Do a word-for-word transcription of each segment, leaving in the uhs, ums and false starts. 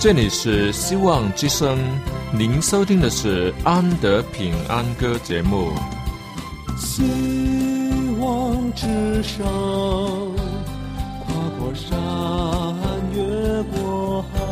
这里是希望之声，您收听的是安德平安歌节目。 希望之声，跨过山，越过海。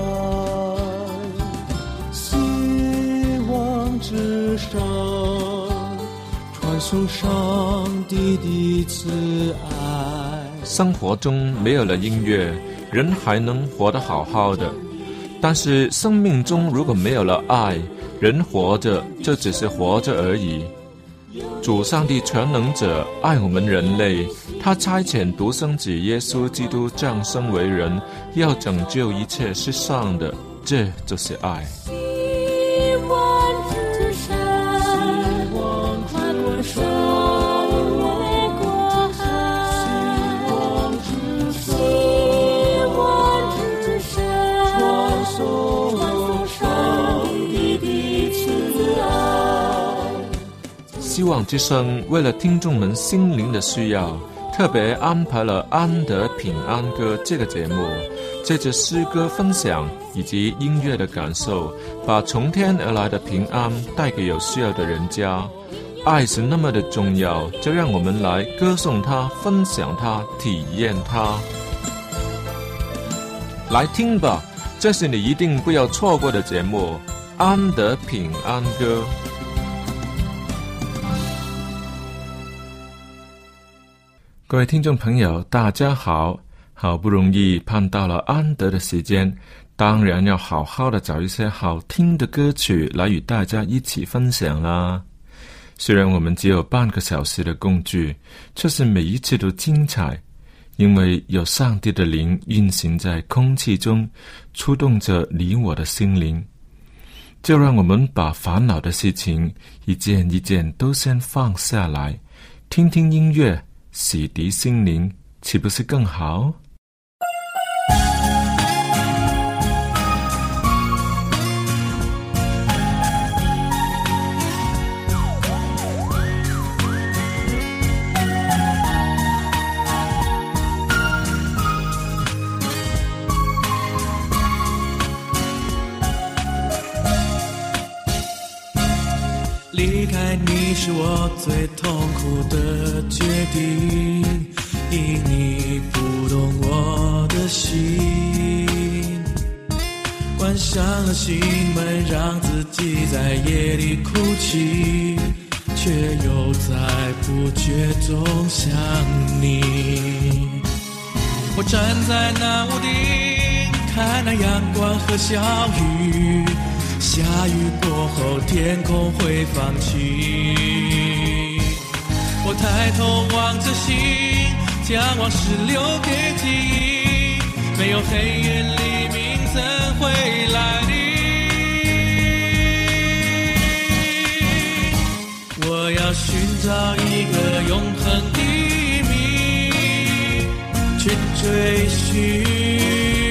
希望之声，传送上帝的慈爱。 生活中没有了音乐，人还能活得好好的。但是生命中如果没有了爱，人活着就只是活着而已。主上帝全能者爱我们人类，他差遣独生子耶稣基督降生为人，要拯救一切世上的，这就是爱。 希望之声，跨过山，越过海。希望之声，传送上帝的慈爱。 希望之声为了听众们心灵的需要，特别安排了安德平安歌这个节目，借着诗歌分享以及音乐的感受，把从天而来的平安带给有需要的人家。爱是那么的重要，就让我们来歌颂它，分享它，体验它。来听吧，这是你一定不要错过的节目，安德平安歌。各位听众朋友，大家好，好不容易盼到了安德的时间，当然要好好的找一些好听的歌曲来与大家一起分享啦。虽然我们只有半个小时的共聚，却是每一次都精彩，因为有上帝的灵运行在空气中，触动着你我的心灵。就让我们把烦恼的事情一件一件都先放下来，听听音乐，洗涤心灵，岂不是更好？ 离开你是我最痛苦的决定，因你不懂我的心，关上了心门，让自己在夜里哭泣，却又在不觉中想你。我站在那屋顶，看那阳光和小雨，下雨过后天空会放晴。我抬头望着星，将往事留给记忆，没有黑夜黎明怎会来临？我要寻找一个永恒的谜，去追寻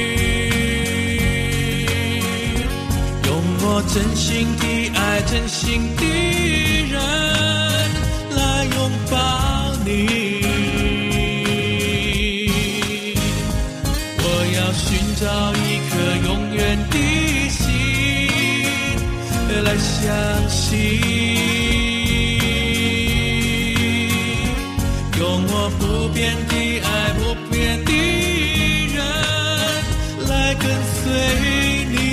我真心的爱，真心的人来拥抱你。我要寻找一颗永远的心来相信，用我不变的爱，不变的人来跟随你。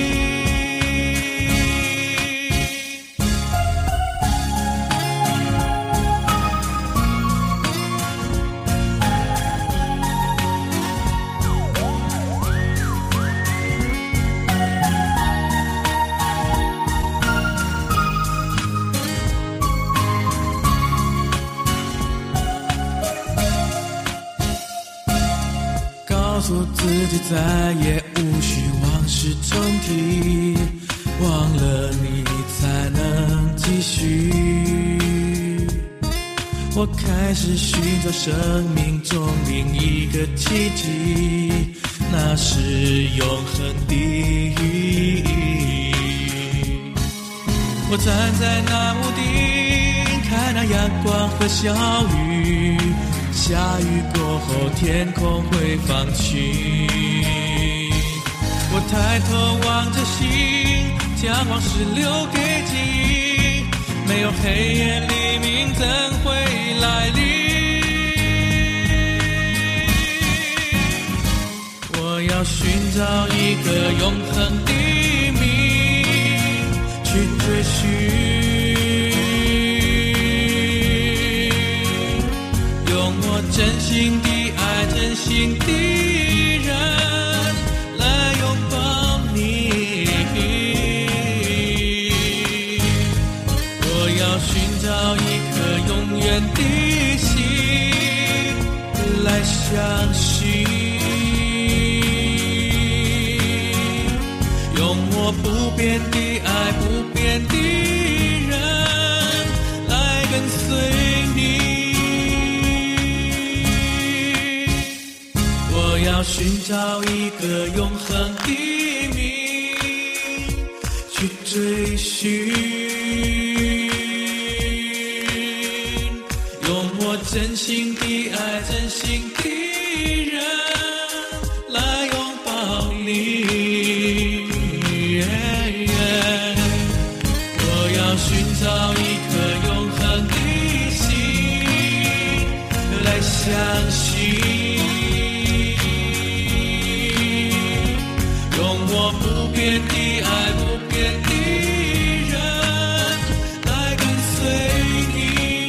告诉自己再也无需往事重提，忘了你才能继续。我开始寻找生命中另一个奇迹，那是永恒的意义。我站在那屋顶，看那阳光和小雨，下雨过后天空会放晴。 我抬头望着星，将往事留给记忆，没有黑夜黎明怎会来临？我要寻找一个永恒的名，去追寻，用我真心的爱，真心的人来拥抱你。我要寻找一颗永远的心来相信，用我不变的爱，不变的人来跟随你。我要寻找一个永恒的名，去追寻，用我真心的爱，真心的人来拥抱你。我要寻找一颗永恒的心来相信，我不变的爱，不变的人来跟随你。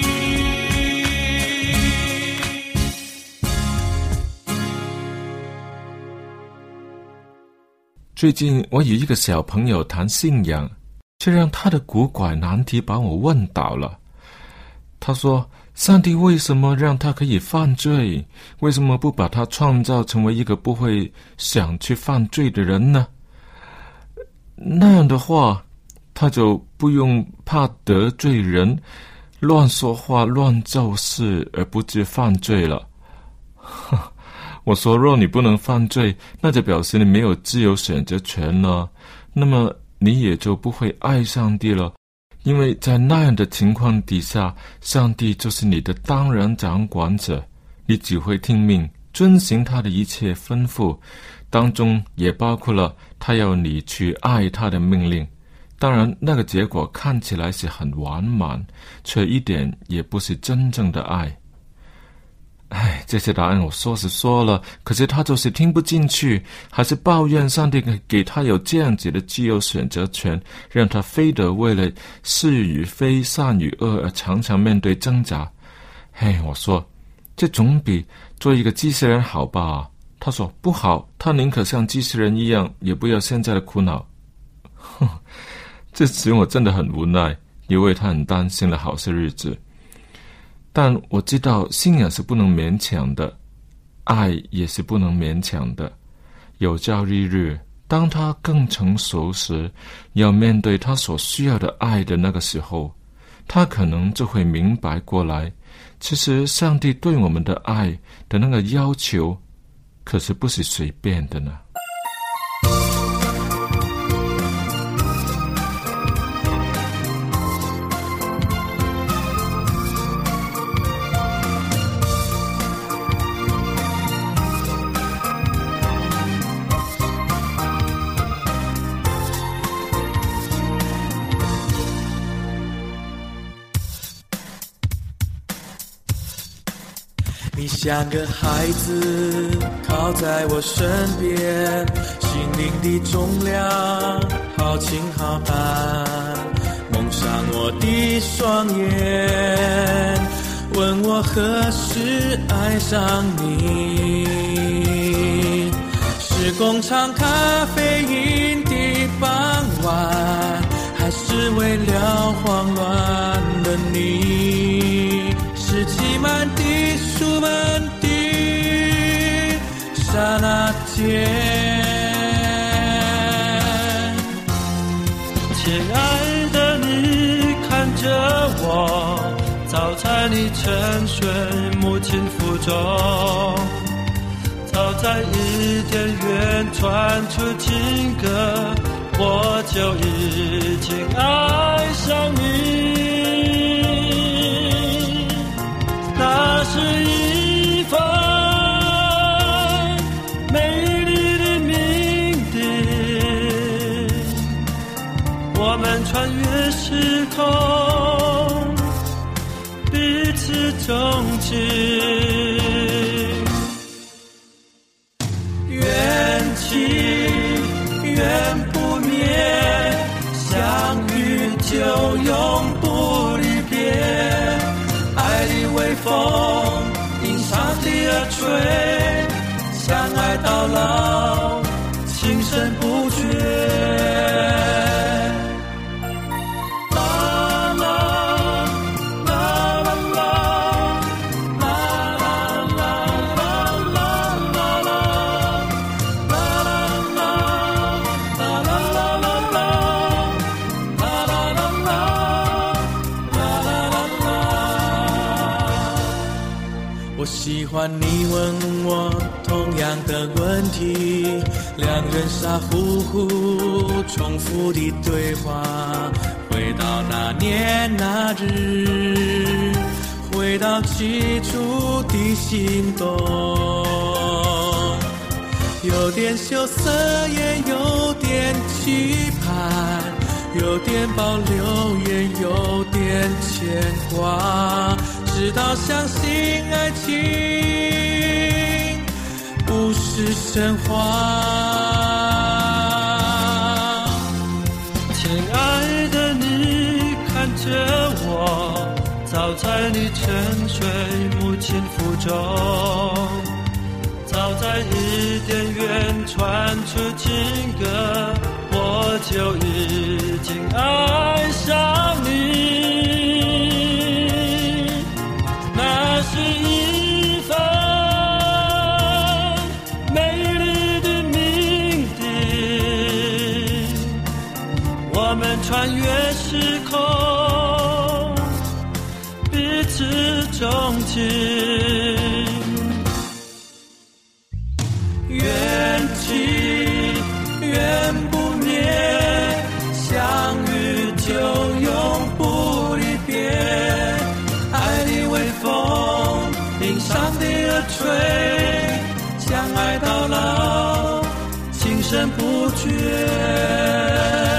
最近我与一个小朋友谈信仰，却让他的古怪难题把我问倒了。他说，上帝为什么让他可以犯罪？为什么不把他创造成为一个不会想去犯罪的人呢？那样的话，他就不用怕得罪人，乱说话、乱做事而不致犯罪了。我说，若你不能犯罪，那就表示你没有自由选择权了，那么你也就不会爱上帝了。因为在那样的情况底下，上帝就是你的当然掌管者，你只会听命，遵行他的一切吩咐，当中也包括了他要你去爱他的命令。当然那个结果看起来是很完满，却一点也不是真正的爱。唉，这些答案我说是说了，可是他就是听不进去，还是抱怨上帝给他有这样子的自由选择权，让他非得为了是与非、善与恶而常常面对挣扎。嘿，我说这总比做一个机器人好吧？他说不好，他宁可像机器人一样，也不要现在的苦恼。哼，这时我真的很无奈，因为他很担心了好些日子。但我知道信仰是不能勉强的，爱也是不能勉强的。有朝一日，当他更成熟时，要面对他所需要的爱的那个时候，他可能就会明白过来，其实上帝对我们的爱的那个要求，可是不是随便的呢。 你像个孩子靠在我身边，心灵的重量好轻好淡，蒙上我的双眼，问我何时爱上你。是工厂咖啡因的傍晚，还是为了慌乱的你，是挤满的书本的刹那间。 亲爱的，你看着我，早在你沉睡母亲腹中，早在伊甸园传出情歌，我就已经爱上你。那是一份美丽的命题， 穿越时空，彼此终止。缘起缘不灭，相遇就永不离别。爱的微风因上帝而吹，相爱到老，情深不绝。喜欢你问我同样的问题，两人傻乎乎重复的对话，回到那年那日，回到起初的心动，有点羞涩也有点期盼，有点保留也有点牵挂，直到相信爱情不是神话。亲爱的你看着我，早在你沉睡母亲腹中，早在伊甸园传出情歌，我就已经爱上你。那是一份美丽的命定，我们穿越时空，彼此终止。缘起缘不灭，相遇就永不离别。爱的微风因上帝而吹，相爱到老，情深不绝。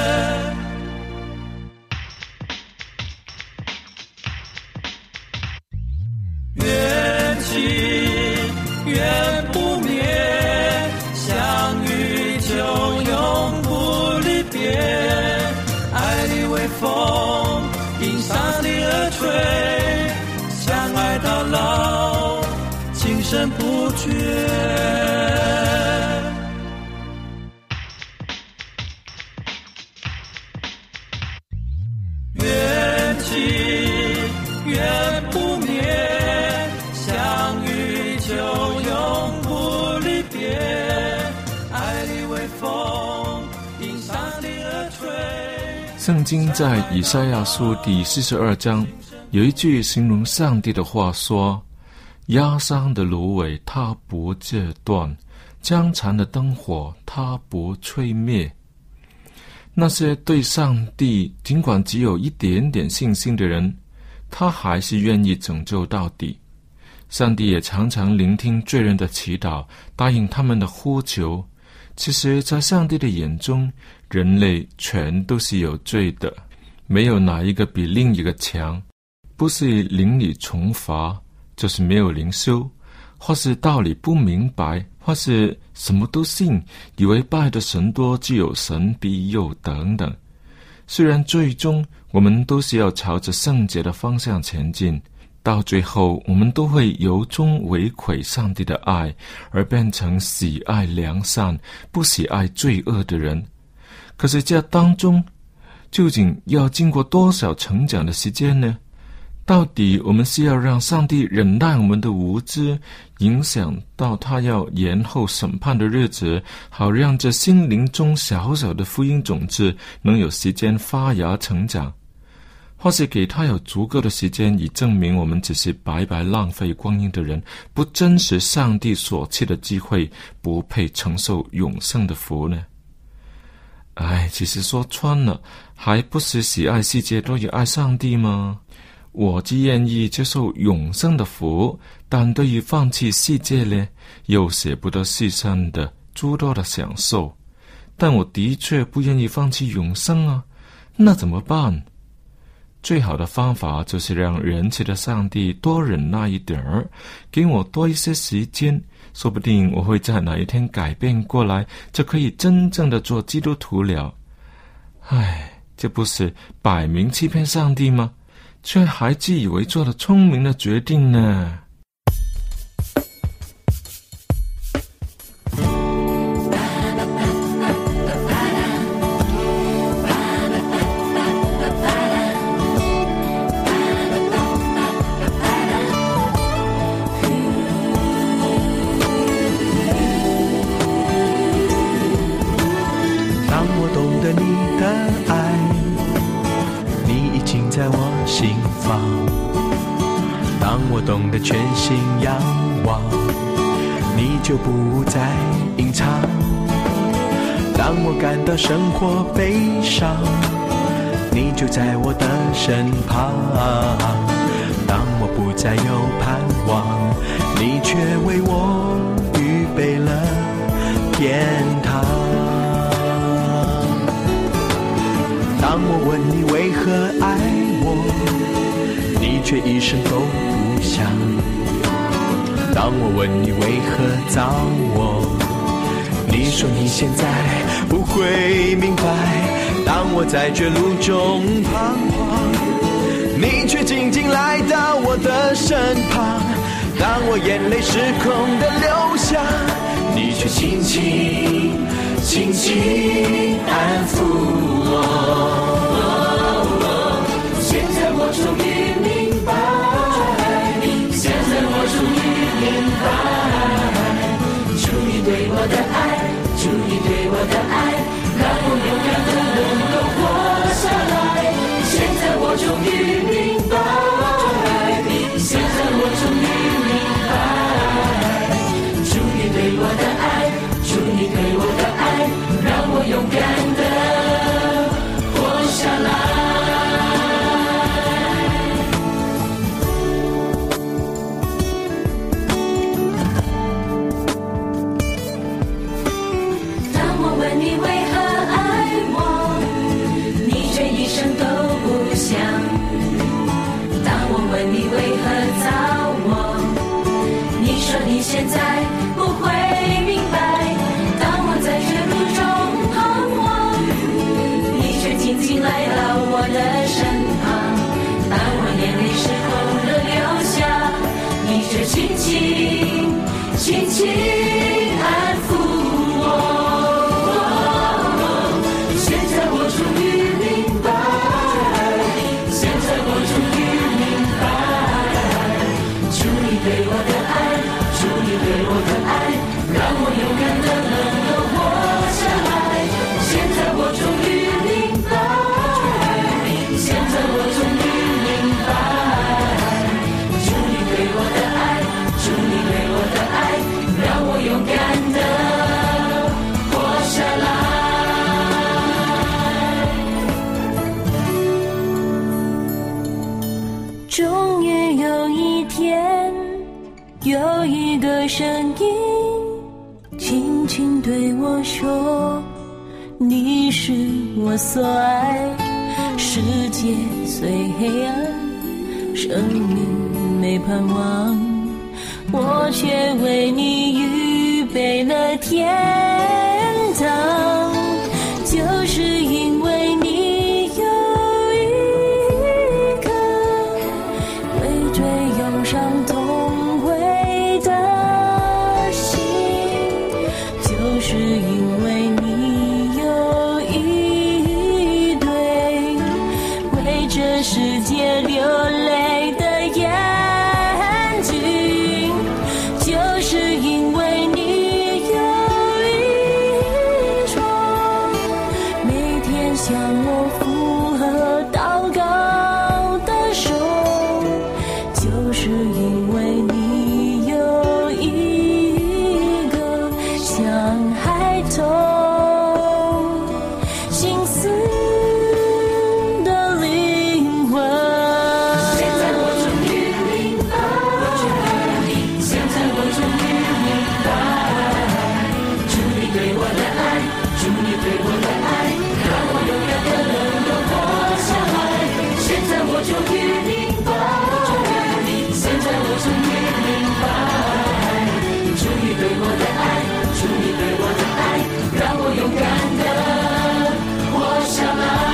缘起缘不灭，相遇就永不离别。爱的微风因上帝而吹，相爱到老，情深不绝。缘起缘不灭，相遇就永不离别。爱的微风因上帝而吹。 圣经在以赛亚书第四十二章有一句形容上帝的话说，压伤的芦苇它不折断，将残的灯火它不吹灭。那些对上帝尽管只有一点点信心的人，他还是愿意拯救到底。上帝也常常聆听罪人的祈祷，答应他们的呼求。其实在上帝的眼中，人类全都是有罪的，没有哪一个比另一个强。不是邻里重罚，就是没有灵修，或是道理不明白，或是什么都信，以为拜的神多就有神庇佑等等。虽然最终我们都是要朝着圣洁的方向前进，到最后我们都会由衷回馈上帝的爱，而变成喜爱良善不喜爱罪恶的人。可是这当中究竟要经过多少成长的时间呢？到底我们是要让上帝忍耐我们的无知，影响到他要延后审判的日子，好让这心灵中小小的福音种子能有时间发芽成长，或是给他有足够的时间，以证明我们只是白白浪费光阴的人，不珍惜上帝所赐的机会，不配承受永生的福呢？哎，其实说穿了，还不是喜爱世界多于爱上帝吗？我既愿意接受永生的福，但对于放弃世界呢，又舍不得世上的诸多的享受。但我的确不愿意放弃永生啊， 那怎么办？最好的方法就是让仁慈的上帝多忍耐一点儿，给我多一些时间，说不定我会在哪一天改变过来，就可以真正的做基督徒了。唉，这不是摆明欺骗上帝吗？却还自以为做了聪明的决定呢。 在我心房，当我懂得全心仰望，你就不再隐藏。当我感到生活悲伤，你就在我的身旁。当我不再有盼望，你却为我预备了天堂。当我问你为何爱我，你却一声都不响。当我问你为何找我，你说你现在不会明白。当我在绝路中彷徨，你却静静来到我的身旁。当我眼泪失控的流下，你却轻轻轻轻安抚我。现在我终于明白，现在我终于明白，主你对我的爱，主你对我的爱，让我勇敢的能够活下来。现在我终于明白，现在我终于明白，主你对我的爱，主你对我的爱，让我勇敢的活下来。 现在不会明白，当我在绝路中彷徨，你却静静来到我的身旁。当我眼泪失控的流下，你却轻轻轻轻安抚我。现在我终于明白，现在我终于明白，主你对我的爱，你对我的爱，让我勇敢的能够活下来。现在我终于明白，现在我终于明白，主你对我的爱，主你对我的爱，让我勇敢的活下来。终于有一天，有一个声音轻轻对我说，你是我所爱。世界虽黑暗，生命没盼望，我却为你预备了天堂。就是因为你有一颗畏罪忧伤痛悔的心，就是因为你有一对为这世界流泪的眼睛，就是因为你有一双每天向我附和祷告的手，就是因为你有一个像孩童心思的灵魂。现在我终于明白，现在我终于明白，主你对我的爱，主你对我的爱，让我勇敢的能够活对我的爱，主你对我的爱，让我勇敢地活下来。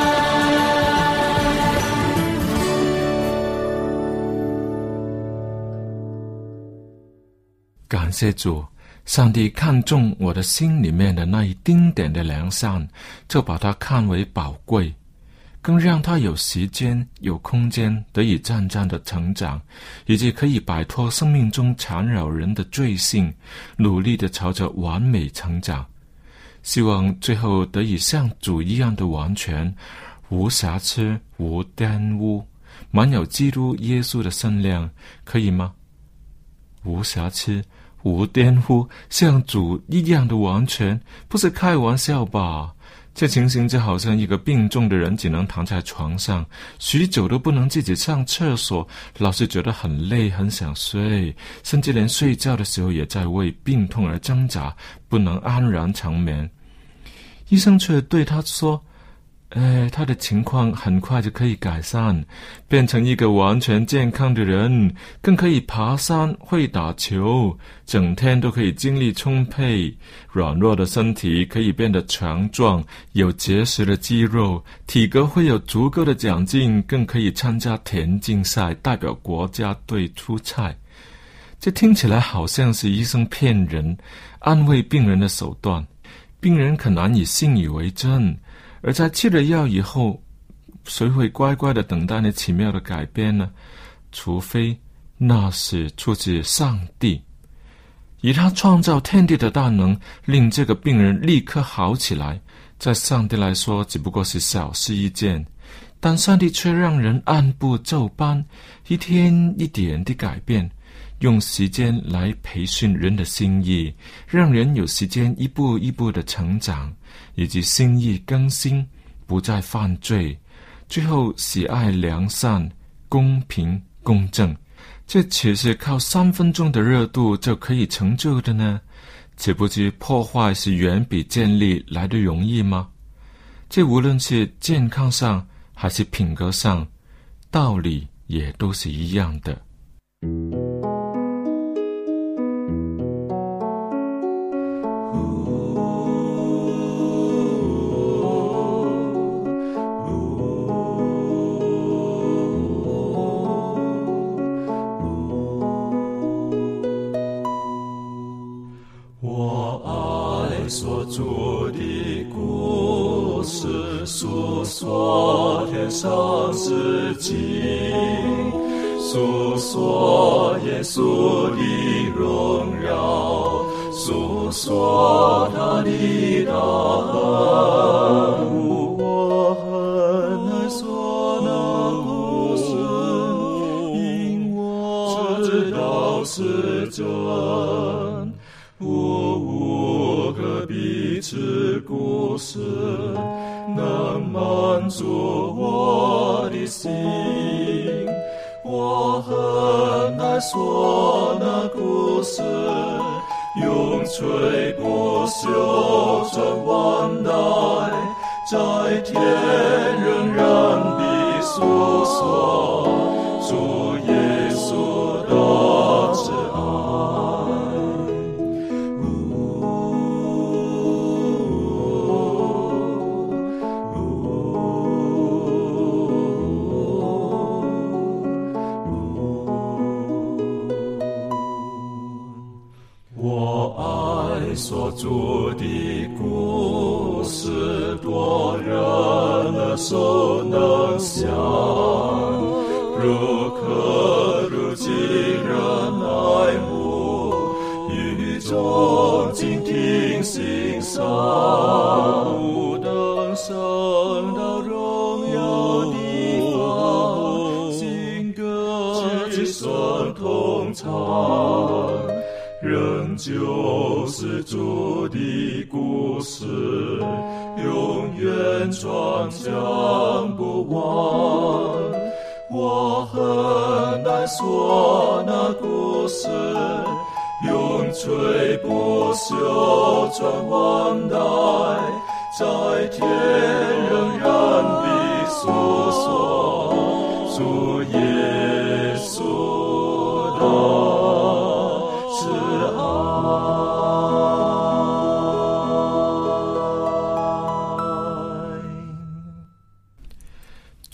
感谢主，上帝看中我的心里面的那一丁点的良善，就把它看为宝贵，更让他有时间有空间得以渐渐的成长，以及可以摆脱生命中缠扰人的罪性，努力的朝着完美成长。希望最后得以像主一样的完全，无瑕疵无玷污，满有基督耶稣的身量，可以吗？无瑕疵无玷污，像主一样的完全，不是开玩笑吧？这情形就好像一个病重的人只能躺在床上，许久都不能自己上厕所，老是觉得很累很想睡，甚至连睡觉的时候也在为病痛而挣扎，不能安然长眠。医生却对他说，哎，他的情况很快就可以改善，变成一个完全健康的人，更可以爬山，会打球，整天都可以精力充沛，软弱的身体可以变得强壮，有结实的肌肉，体格会有足够的长进，更可以参加田径赛，代表国家队出赛。这听起来好像是医生骗人，安慰病人的手段，病人可难以信以为真。而在吃了药以后，谁会乖乖的等待那奇妙的改变呢？除非那是出自上帝，以他创造天地的大能，令这个病人立刻好起来。在上帝来说，只不过是小事一件，但上帝却让人按部就班，一天一点的改变，用时间来培训人的心意，让人有时间一步一步的成长，以及心意更新，不再犯罪，最后喜爱良善、公平、公正。这岂是靠三分钟的热度就可以成就的呢？岂不知破坏是远比建立来得容易吗？这无论是健康上还是品格上，道理也都是一样的。 所著的故事，诉说天上事情，诉说耶稣的荣耀，诉说他的大恩。我很爱说那故事，因我知道是真。这故事能满足我的心，我很爱说那故事，永垂不朽传万代，在天仍然必诉说主耶稣的慈爱。所著的故事，多人耳熟能详，如可如今人爱慕，语中静听欣赏，不等升到荣耀地方，新歌之声同唱，仍就是主的故事，永远传讲不完。我很爱说那故事，永垂不朽传万代，在天仍然必诉说主耶稣的慈爱。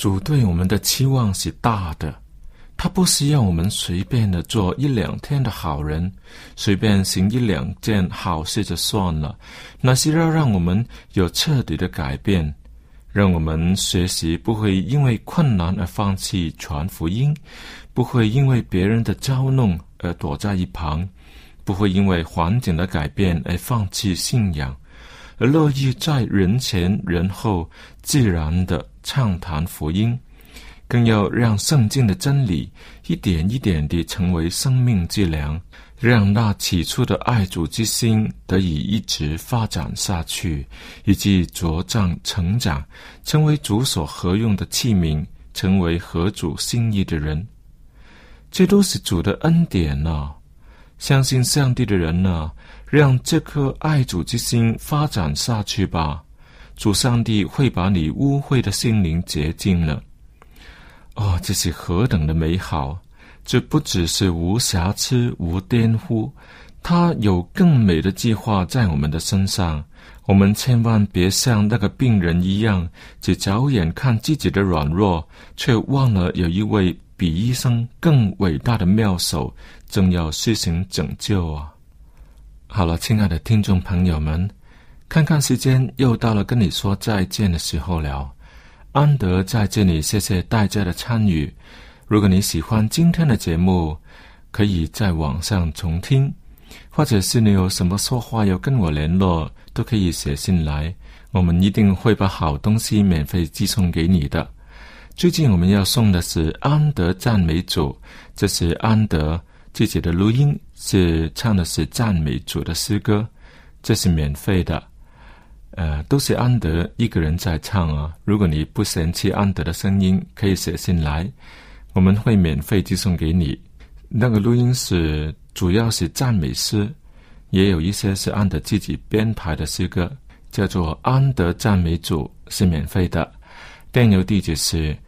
主对我们的期望是大的，他不是要我们随便的做一两天的好人，随便行一两件好事就算了，那是要让我们有彻底的改变，让我们学习不会因为困难而放弃传福音，不会因为别人的嘲弄而躲在一旁，不会因为环境的改变而放弃信仰，而乐意在人前人后自然地畅谈福音，更要让圣经的真理一点一点地成为生命之粮，让那起初的爱主之心得以一直发展下去，以及茁壮成长，成为主所合用的器皿，成为合主心意的人。这都是主的恩典啊！相信上帝的人啊，让这颗爱主之心发展下去吧，主上帝会把你污秽的心灵洁净了。哦，这是何等的美好！这不只是无瑕疵无颠覆，他有更美的计划在我们的身上。我们千万别像那个病人一样，只着眼看自己的软弱，却忘了有一位比医生更伟大的妙手正要施行拯救啊！好了，亲爱的听众朋友们，看看时间，又到了跟你说再见的时候了。安德在这里谢谢大家的参与。如果你喜欢今天的节目，可以在网上重听，或者是你有什么说话要跟我联络，都可以写信来，我们一定会把好东西免费寄送给你的。最近我们要送的是安德赞美主，这是安德自己的录音，是唱的是赞美主的诗歌，这是免费的。呃，都是安德一个人在唱啊。如果你不嫌弃安德的声音，可以写信来，我们会免费寄送给你。那个录音是主要是赞美诗，也有一些是安德自己编排的诗歌，叫做安德赞美主，是免费的。电邮地址是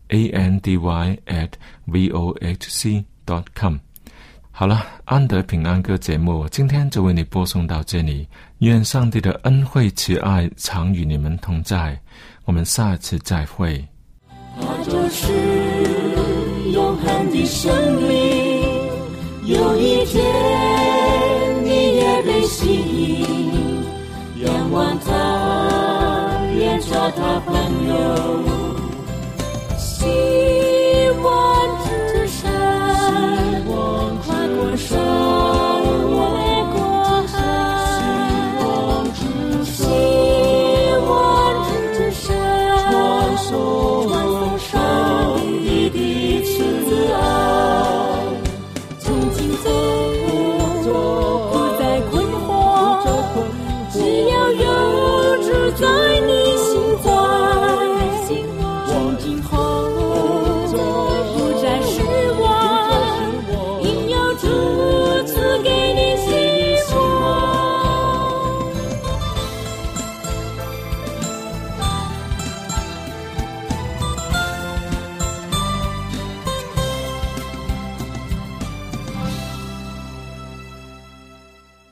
andy at vohc dot com。 好了，安德平安歌节目今天就为你播送到这里，愿上帝的恩惠慈爱常与你们同在，我们下次再会。 他就是永恒的生命，有一天你也被吸引，仰望他，眼找他朋友，